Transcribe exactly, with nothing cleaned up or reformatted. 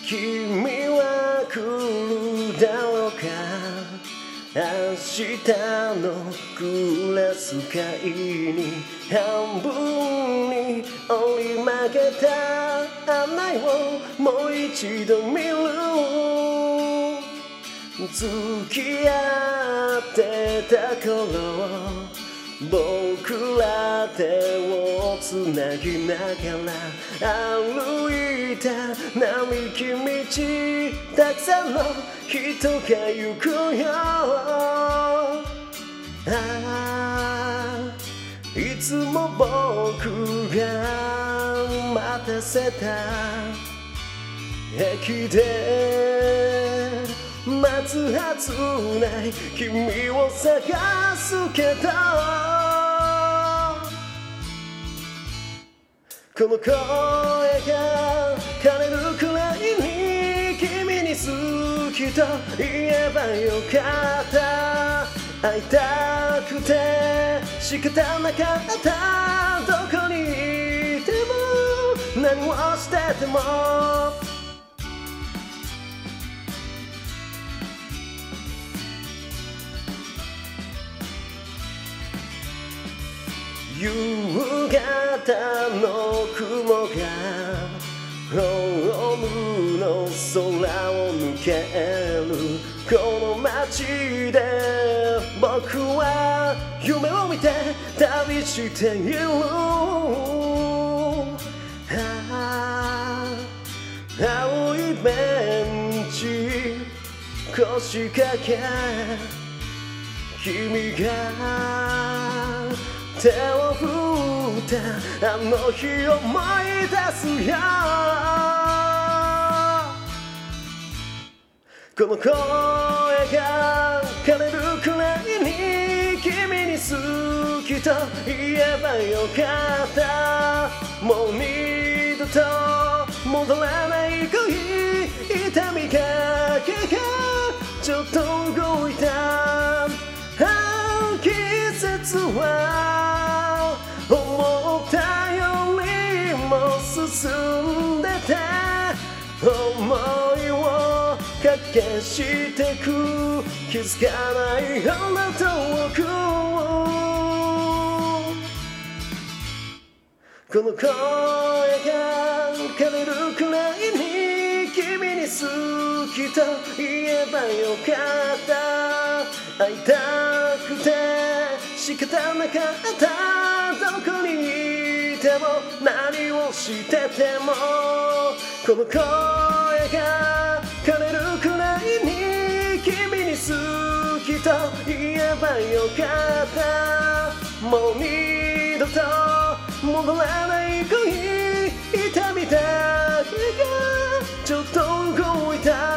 君は来るだろうか明日のクラス会に半分に折り曲げた案内をもう一度見る付き合ってた頃僕ら手をつなぎながら歩いた並木道たくさんの人が行くよああいつも僕が待たせた駅で待つはずない君を探すけどこの声が枯れるくらいに君に好きと言えばよかった会いたくて仕方なかったどこにいても何をしてても夕方の雲がホームの空を抜けるこの街で僕は夢を見て旅している青いベンチ腰掛け君が手を振ったあの日思い出すよこの声が枯れるくらいに君に好きと言えばよかったもう二度と戻らない恋痛みがけがちょっと動いた季節は思ったよりも進んでて思いをかけしてく気づかないあなたをこの声が枯れるくらいに君に好きと言えばよかった会いたくて仕方なかったどこにいても何をしててもこの声が枯れるくらいに君に好きと言えばよかったもう二度と戻らない恋痛みだけがちょっと動いた